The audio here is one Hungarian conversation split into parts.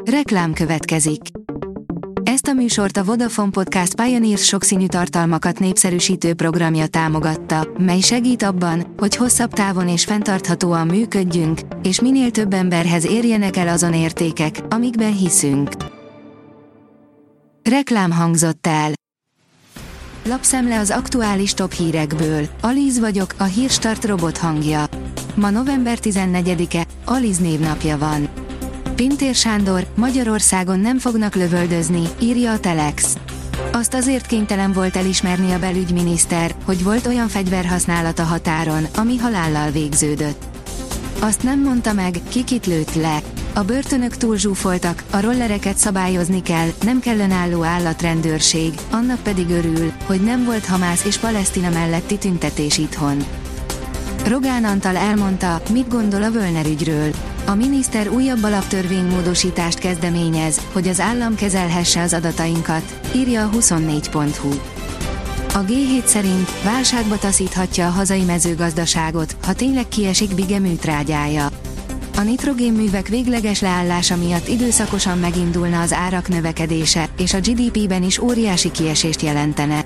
Reklám következik. Ezt a műsort a Vodafone Podcast Pioneers sokszínű tartalmakat népszerűsítő programja támogatta, mely segít abban, hogy hosszabb távon és fenntarthatóan működjünk, és minél több emberhez érjenek el azon értékek, amikben hiszünk. Reklám hangzott el. Lapszemle az aktuális top hírekből. Alíz vagyok, a Hírstart robot hangja. Ma november 14-e, Aliz névnapja van. Pintér Sándor, Magyarországon nem fognak lövöldözni, írja a Telex. Azt azért kénytelen volt elismerni a belügyminiszter, hogy volt olyan fegyverhasználat a határon, ami halállal végződött. Azt nem mondta meg, ki kit lőtt le. A börtönök túl zsúfoltak, a rollereket szabályozni kell, nem kell önálló állatrendőrség, annak pedig örül, hogy nem volt Hamász és Palesztina melletti tüntetés itthon. Rogán Antal elmondta, mit gondol a Völner ügyről. A miniszter újabb alaptörvénymódosítást kezdeményez, hogy az állam kezelhesse az adatainkat, írja a 24.hu. A G7 szerint válságba taszíthatja a hazai mezőgazdaságot, ha tényleg kiesik Bige műtrágyája. A nitrogénművek végleges leállása miatt időszakosan megindulna az árak növekedése, és a GDP-ben is óriási kiesést jelentene.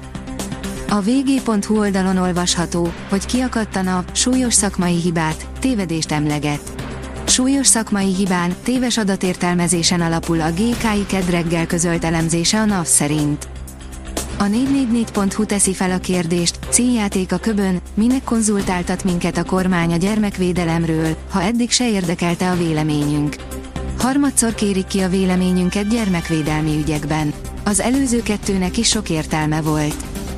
A vg.hu oldalon olvasható, hogy kiakadt a nap, súlyos szakmai hibát, tévedést emleget. Súlyos szakmai hibán, téves adatértelmezésen alapul a GKI kedd reggel közölt elemzése a NAV szerint. A 444.hu teszi fel a kérdést, színjáték a köbön, minek konzultáltat minket a kormány a gyermekvédelemről, ha eddig se érdekelte a véleményünk. Harmadszor kérik ki a véleményünket gyermekvédelmi ügyekben. Az előző kettőnek is sok értelme volt.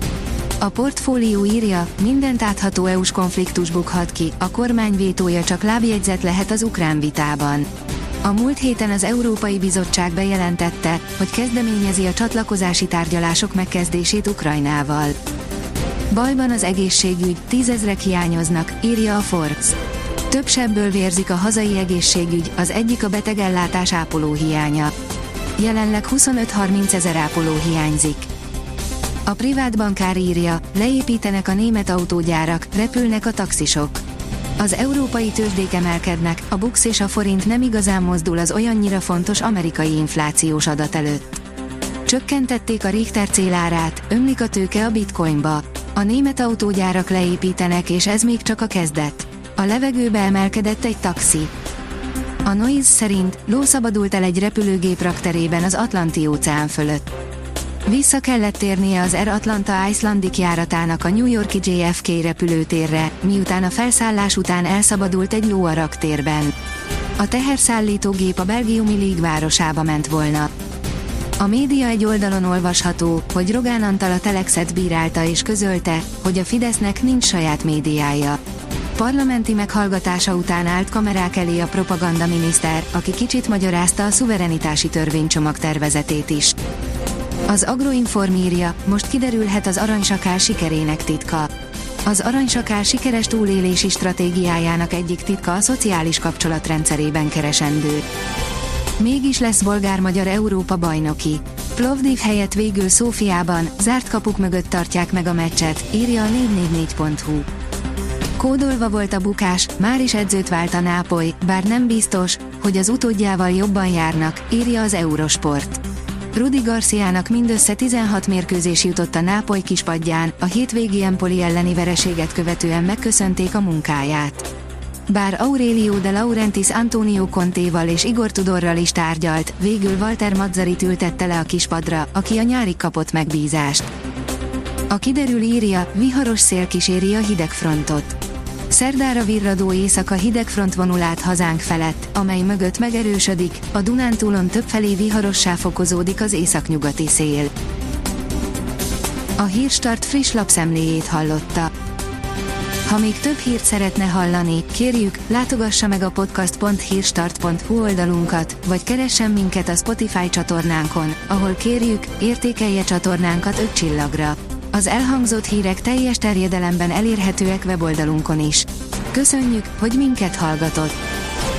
A Portfólió írja, mindent átható EU-s konfliktus bukhat ki, a kormány vétója csak lábjegyzet lehet az ukrán vitában. A múlt héten az Európai Bizottság bejelentette, hogy kezdeményezi a csatlakozási tárgyalások megkezdését Ukrajnával. Bajban az egészségügy, 10 000-ek hiányoznak, írja a Forbes. Több sebből vérzik a hazai egészségügy, az egyik a betegellátás ápoló hiánya. Jelenleg 25-30 ezer ápoló hiányzik. A privát bankár írja, leépítenek a német autógyárak, repülnek a taxisok. Az európai tőzsdék emelkednek, a BUX és a forint nem igazán mozdul az olyannyira fontos amerikai inflációs adat előtt. Csökkentették a Richter célárát, ömlik a tőke a bitcoinba. A német autógyárak leépítenek és ez még csak a kezdet. A levegőbe emelkedett egy taxi. A Noise szerint ló szabadult el egy repülőgép rakterében az Atlanti-óceán fölött. Vissza kellett térnie az Air Atlanta Icelandic járatának a New York-i JFK repülőtérre, miután a felszállás után elszabadult egy ló a raktérben. A teherszállítógép a belgiumi Lieg városába ment volna. A média egy oldalon olvasható, hogy Rogán Antal a Telexet bírálta és közölte, hogy a Fidesznek nincs saját médiája. Parlamenti meghallgatása után állt kamerák elé a propagandaminiszter, aki kicsit magyarázta a szuverenitási törvénycsomag tervezetét is. Az Agroinform írja, most kiderülhet az aranysakál sikerének titka. Az aranysakál sikeres túlélési stratégiájának egyik titka a szociális kapcsolatrendszerében keresendő. Mégis lesz bolgár-magyar Európa bajnoki. Plovdiv helyett végül Szófiában, zárt kapuk mögött tartják meg a meccset, írja a 444.hu. Kódolva volt a bukás, már is edzőt vált a Nápoly, bár nem biztos, hogy az utódjával jobban járnak, írja az Eurosport. Rudi Garciának mindössze 16 mérkőzés jutott a Nápoly kispadján, a hétvégi Empoli elleni vereséget követően megköszönték a munkáját. Bár Aurelio de Laurentiis Antonio Contéval és Igor Tudorral is tárgyalt, végül Walter Mazzarit ültette le a kispadra, aki a nyárig kapott megbízást. A kiderül írja, viharos szél kíséri a hidegfrontot. Szerdára virradó éjszaka hidegfront vonul át hazánk felett, amely mögött megerősödik, a Dunántúlon többfelé viharossá fokozódik az északnyugati szél. A Hírstart friss lapszemléjét hallotta. Ha még több hírt szeretne hallani, kérjük, látogassa meg a podcast.hírstart.hu oldalunkat, vagy keressen minket a Spotify csatornánkon, ahol kérjük, értékelje csatornánkat 5 csillagra. Az elhangzott hírek teljes terjedelemben elérhetőek weboldalunkon is. Köszönjük, hogy minket hallgatott!